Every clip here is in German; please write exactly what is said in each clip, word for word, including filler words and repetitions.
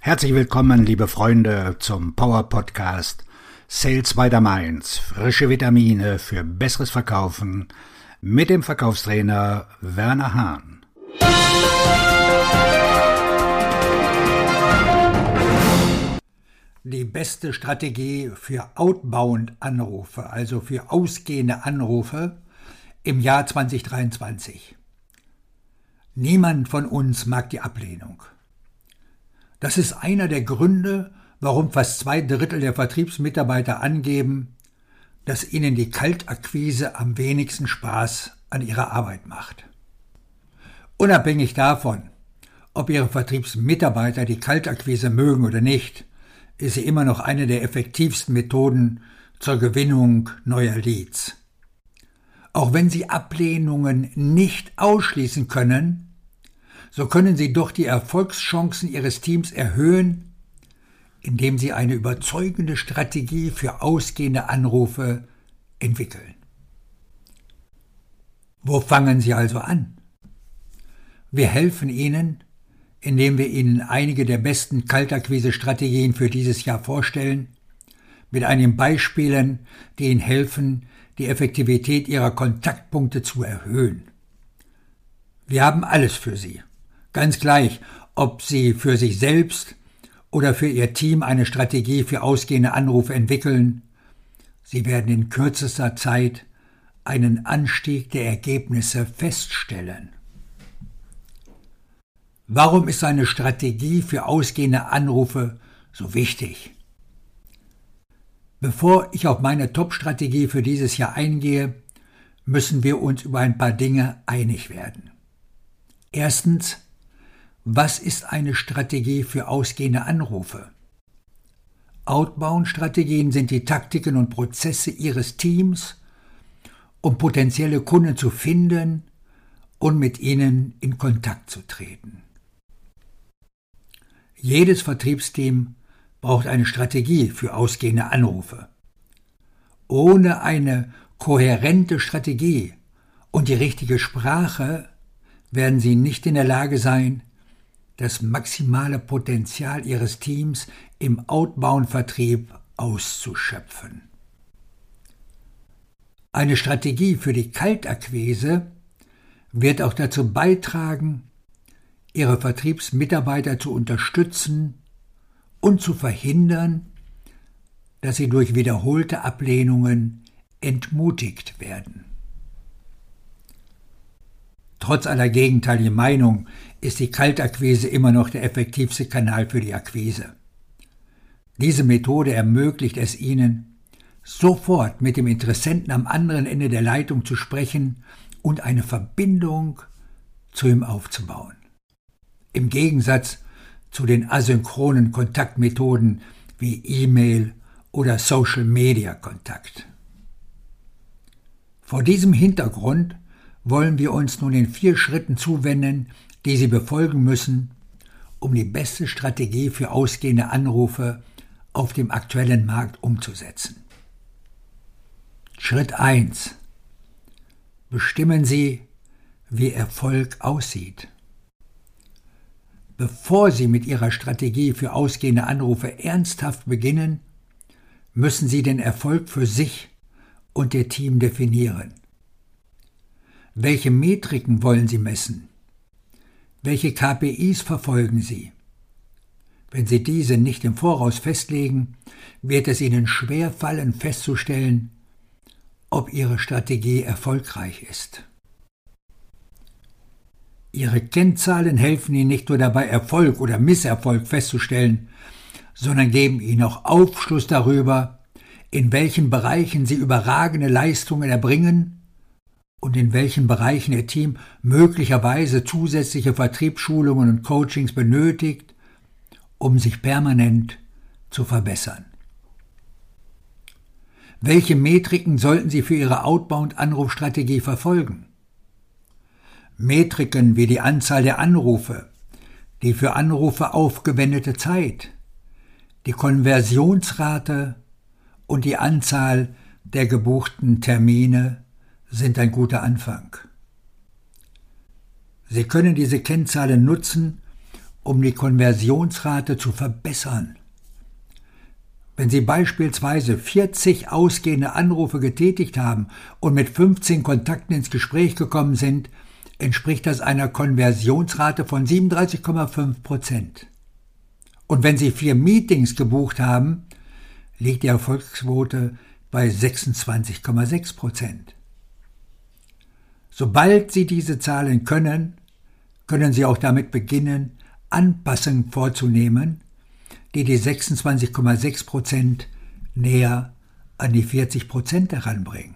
Herzlich willkommen, liebe Freunde, zum Power-Podcast Sales by the Mainz. Frische Vitamine für besseres Verkaufen mit dem Verkaufstrainer Werner Hahn. Die beste Strategie für Outbound-Anrufe, also für ausgehende Anrufe im Jahr zwanzig dreiundzwanzig. Niemand von uns mag die Ablehnung. Das ist einer der Gründe, warum fast zwei Drittel der Vertriebsmitarbeiter angeben, dass ihnen die Kaltakquise am wenigsten Spaß an ihrer Arbeit macht. Unabhängig davon, ob ihre Vertriebsmitarbeiter die Kaltakquise mögen oder nicht, ist sie immer noch eine der effektivsten Methoden zur Gewinnung neuer Leads. Auch wenn sie Ablehnungen nicht ausschließen können, so können sie doch die Erfolgschancen ihres Teams erhöhen, indem sie eine überzeugende Strategie für ausgehende Anrufe entwickeln. Wo fangen Sie also an? Wir helfen Ihnen, indem wir Ihnen einige der besten Kaltakquise-Strategien für dieses Jahr vorstellen, mit einigen Beispielen, die Ihnen helfen, die Effektivität Ihrer Kontaktpunkte zu erhöhen. Wir haben alles für Sie. Ganz gleich, ob Sie für sich selbst oder für Ihr Team eine Strategie für ausgehende Anrufe entwickeln, Sie werden in kürzester Zeit einen Anstieg der Ergebnisse feststellen. Warum ist eine Strategie für ausgehende Anrufe so wichtig? Bevor ich auf meine Top-Strategie für dieses Jahr eingehe, müssen wir uns über ein paar Dinge einig werden. Erstens, was ist eine Strategie für ausgehende Anrufe? Outbound-Strategien sind die Taktiken und Prozesse Ihres Teams, um potenzielle Kunden zu finden und mit ihnen in Kontakt zu treten. Jedes Vertriebsteam braucht eine Strategie für ausgehende Anrufe. Ohne eine kohärente Strategie und die richtige Sprache werden Sie nicht in der Lage sein, das maximale Potenzial Ihres Teams im Outbound-Vertrieb auszuschöpfen. Eine Strategie für die Kaltakquise wird auch dazu beitragen, Ihre Vertriebsmitarbeiter zu unterstützen und zu verhindern, dass sie durch wiederholte Ablehnungen entmutigt werden. Trotz aller gegenteiligen Meinung ist die Kaltakquise immer noch der effektivste Kanal für die Akquise. Diese Methode ermöglicht es Ihnen, sofort mit dem Interessenten am anderen Ende der Leitung zu sprechen und eine Verbindung zu ihm aufzubauen. Im Gegensatz zu den asynchronen Kontaktmethoden wie E-Mail oder Social-Media-Kontakt. Vor diesem Hintergrund wollen wir uns nun den vier Schritten zuwenden, die Sie befolgen müssen, um die beste Strategie für ausgehende Anrufe auf dem aktuellen Markt umzusetzen. Schritt eins. Bestimmen Sie, wie Erfolg aussieht. Bevor Sie mit Ihrer Strategie für ausgehende Anrufe ernsthaft beginnen, müssen Sie den Erfolg für sich und Ihr Team definieren. Welche Metriken wollen Sie messen? Welche K P Is verfolgen Sie? Wenn Sie diese nicht im Voraus festlegen, wird es Ihnen schwer fallen, festzustellen, ob Ihre Strategie erfolgreich ist. Ihre Kennzahlen helfen Ihnen nicht nur dabei, Erfolg oder Misserfolg festzustellen, sondern geben Ihnen auch Aufschluss darüber, in welchen Bereichen Sie überragende Leistungen erbringen und in welchen Bereichen Ihr Team möglicherweise zusätzliche Vertriebsschulungen und Coachings benötigt, um sich permanent zu verbessern. Welche Metriken sollten Sie für Ihre Outbound-Anrufstrategie verfolgen? Metriken wie die Anzahl der Anrufe, die für Anrufe aufgewendete Zeit, die Konversionsrate und die Anzahl der gebuchten Termine sind ein guter Anfang. Sie können diese Kennzahlen nutzen, um die Konversionsrate zu verbessern. Wenn Sie beispielsweise vierzig ausgehende Anrufe getätigt haben und mit fünfzehn Kontakten ins Gespräch gekommen sind, entspricht das einer Konversionsrate von siebenunddreißig Komma fünf Prozent. Und wenn Sie vier Meetings gebucht haben, liegt die Erfolgsquote bei sechsundzwanzig Komma sechs Prozent. Sobald Sie diese Zahlen können, können Sie auch damit beginnen, Anpassungen vorzunehmen, die die sechsundzwanzig Komma sechs Prozent näher an die vierzig Prozent heranbringen.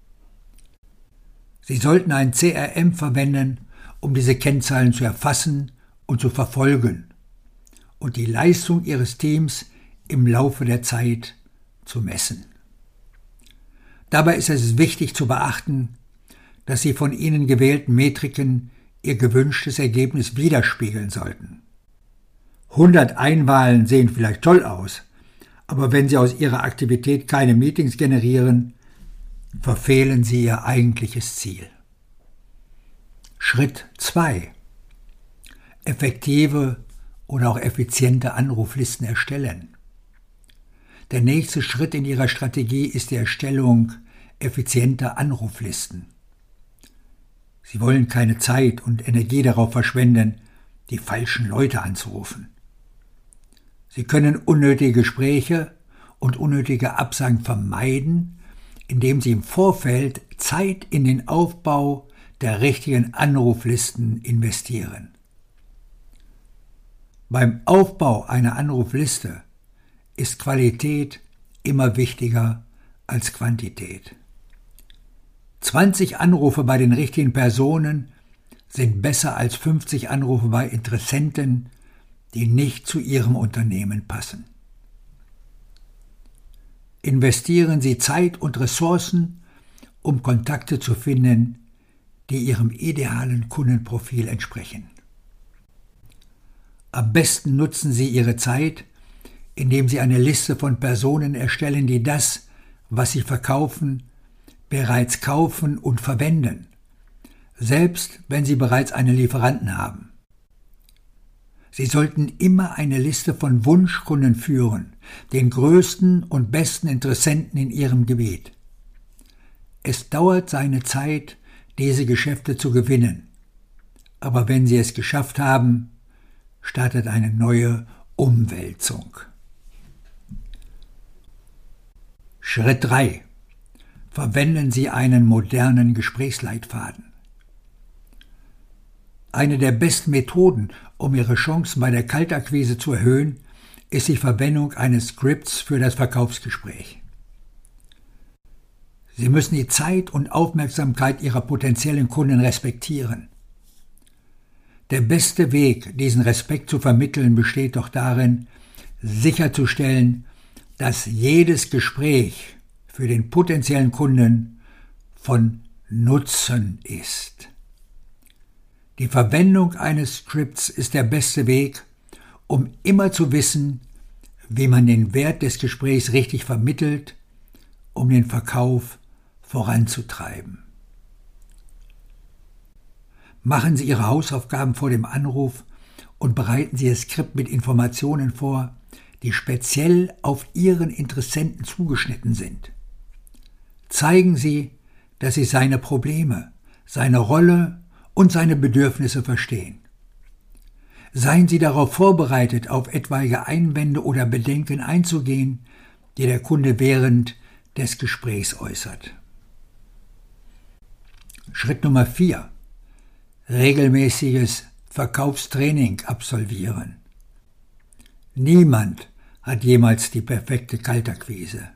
Sie sollten ein C R M verwenden, um diese Kennzahlen zu erfassen und zu verfolgen und die Leistung Ihres Teams im Laufe der Zeit zu messen. Dabei ist es wichtig zu beachten, dass die von Ihnen gewählten Metriken Ihr gewünschtes Ergebnis widerspiegeln sollten. hundert Einwahlen sehen vielleicht toll aus, aber wenn Sie aus Ihrer Aktivität keine Meetings generieren, verfehlen Sie Ihr eigentliches Ziel. Schritt zwei. Effektive oder auch effiziente Anruflisten erstellen. Der nächste Schritt in Ihrer Strategie ist die Erstellung effizienter Anruflisten. Sie wollen keine Zeit und Energie darauf verschwenden, die falschen Leute anzurufen. Sie können unnötige Gespräche und unnötige Absagen vermeiden, indem Sie im Vorfeld Zeit in den Aufbau der richtigen Anruflisten investieren. Beim Aufbau einer Anrufliste ist Qualität immer wichtiger als Quantität. zwanzig Anrufe bei den richtigen Personen sind besser als fünfzig Anrufe bei Interessenten, die nicht zu Ihrem Unternehmen passen. Investieren Sie Zeit und Ressourcen, um Kontakte zu finden, die Ihrem idealen Kundenprofil entsprechen. Am besten nutzen Sie Ihre Zeit, indem Sie eine Liste von Personen erstellen, die das, was Sie verkaufen, bereits kaufen und verwenden, selbst wenn Sie bereits einen Lieferanten haben. Sie sollten immer eine Liste von Wunschkunden führen, den größten und besten Interessenten in Ihrem Gebiet. Es dauert seine Zeit, diese Geschäfte zu gewinnen, aber wenn Sie es geschafft haben, startet eine neue Umwälzung. Schritt drei. Verwenden Sie einen modernen Gesprächsleitfaden. Eine der besten Methoden, um Ihre Chancen bei der Kaltakquise zu erhöhen, ist die Verwendung eines Skripts für das Verkaufsgespräch. Sie müssen die Zeit und Aufmerksamkeit Ihrer potenziellen Kunden respektieren. Der beste Weg, diesen Respekt zu vermitteln, besteht doch darin, sicherzustellen, dass jedes Gespräch für den potenziellen Kunden von Nutzen ist. Die Verwendung eines Skripts ist der beste Weg, um immer zu wissen, wie man den Wert des Gesprächs richtig vermittelt, um den Verkauf voranzutreiben. Machen Sie Ihre Hausaufgaben vor dem Anruf und bereiten Sie das Skript mit Informationen vor, die speziell auf Ihren Interessenten zugeschnitten sind. Zeigen Sie, dass Sie seine Probleme, seine Rolle und seine Bedürfnisse verstehen. Seien Sie darauf vorbereitet, auf etwaige Einwände oder Bedenken einzugehen, die der Kunde während des Gesprächs äußert. Schritt Nummer vier. Regelmäßiges Verkaufstraining absolvieren. Niemand hat jemals die perfekte Kaltakquise.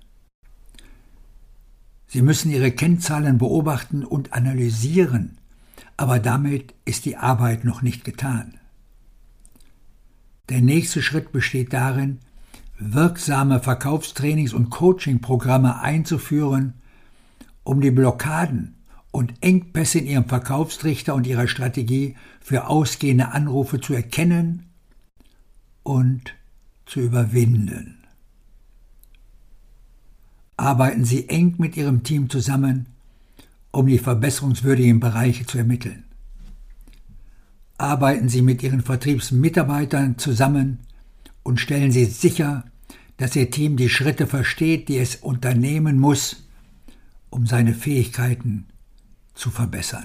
Sie müssen Ihre Kennzahlen beobachten und analysieren, aber damit ist die Arbeit noch nicht getan. Der nächste Schritt besteht darin, wirksame Verkaufstrainings und Coachingprogramme einzuführen, um die Blockaden und Engpässe in Ihrem Verkaufstrichter und Ihrer Strategie für ausgehende Anrufe zu erkennen und zu überwinden. Arbeiten Sie eng mit Ihrem Team zusammen, um die verbesserungswürdigen Bereiche zu ermitteln. arbeiten Sie mit Ihren Vertriebsmitarbeitern zusammen und stellen Sie sicher, dass Ihr Team die Schritte versteht, die es unternehmen muss, um seine Fähigkeiten zu verbessern.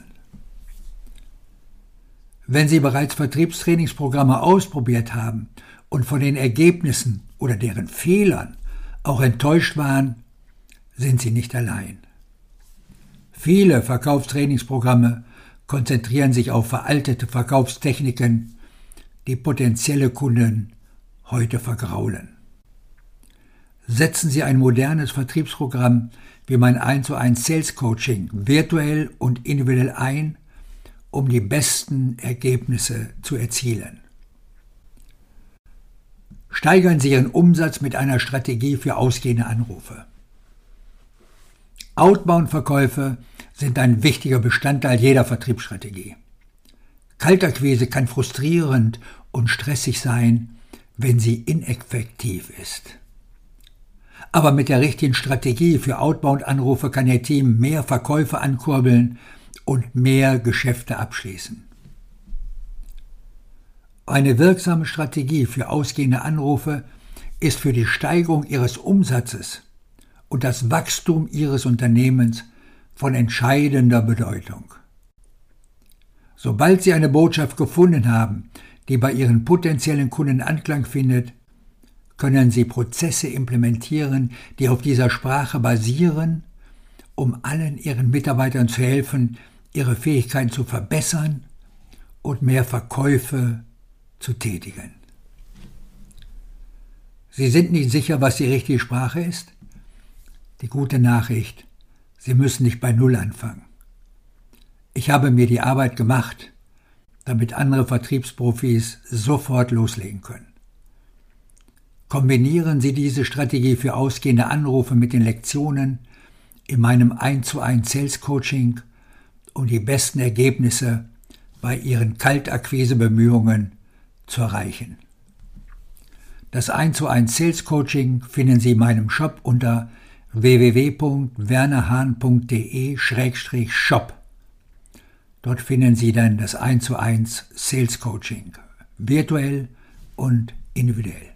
Wenn Sie bereits Vertriebstrainingsprogramme ausprobiert haben und von den Ergebnissen oder deren Fehlern auch enttäuscht waren, sind Sie nicht allein. Viele Verkaufstrainingsprogramme konzentrieren sich auf veraltete Verkaufstechniken, die potenzielle Kunden heute vergraulen. Setzen Sie ein modernes Vertriebsprogramm wie mein eins zu eins Sales Coaching virtuell und individuell ein, um die besten Ergebnisse zu erzielen. Steigern Sie Ihren Umsatz mit einer Strategie für ausgehende Anrufe. Outbound-Verkäufe sind ein wichtiger Bestandteil jeder Vertriebsstrategie. Kaltakquise kann frustrierend und stressig sein, wenn sie ineffektiv ist. Aber mit der richtigen Strategie für Outbound-Anrufe kann Ihr Team mehr Verkäufe ankurbeln und mehr Geschäfte abschließen. Eine wirksame Strategie für ausgehende Anrufe ist für die Steigerung Ihres Umsatzes und das Wachstum Ihres Unternehmens von entscheidender Bedeutung. Sobald Sie eine Botschaft gefunden haben, die bei Ihren potenziellen Kunden Anklang findet, können Sie Prozesse implementieren, die auf dieser Sprache basieren, um allen Ihren Mitarbeitern zu helfen, ihre Fähigkeiten zu verbessern und mehr Verkäufe zu tätigen. Sie sind nicht sicher, was die richtige Sprache ist? Die gute Nachricht: Sie müssen nicht bei Null anfangen. Ich habe mir die Arbeit gemacht, damit andere Vertriebsprofis sofort loslegen können. Kombinieren Sie diese Strategie für ausgehende Anrufe mit den Lektionen in meinem eins zu eins Sales Coaching, um die besten Ergebnisse bei Ihren Kaltakquise-Bemühungen zu erreichen. Das eins zu eins Sales Coaching finden Sie in meinem Shop unter w w w punkt werner hahn punkt d e Schrägstrich shop. Dort finden Sie dann das eins zu eins Sales Coaching, virtuell und individuell.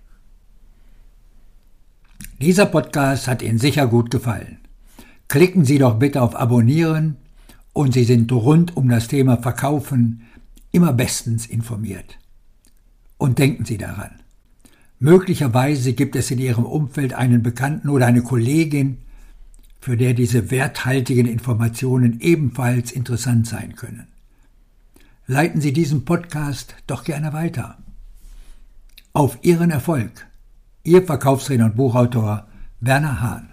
Dieser Podcast hat Ihnen sicher gut gefallen. Klicken Sie doch bitte auf Abonnieren und Sie sind rund um das Thema Verkaufen immer bestens informiert. Und denken Sie daran: Möglicherweise gibt es in Ihrem Umfeld einen Bekannten oder eine Kollegin, für der diese werthaltigen Informationen ebenfalls interessant sein können. Leiten Sie diesen Podcast doch gerne weiter. Auf Ihren Erfolg. Ihr Verkaufstrainer und Buchautor Werner Hahn.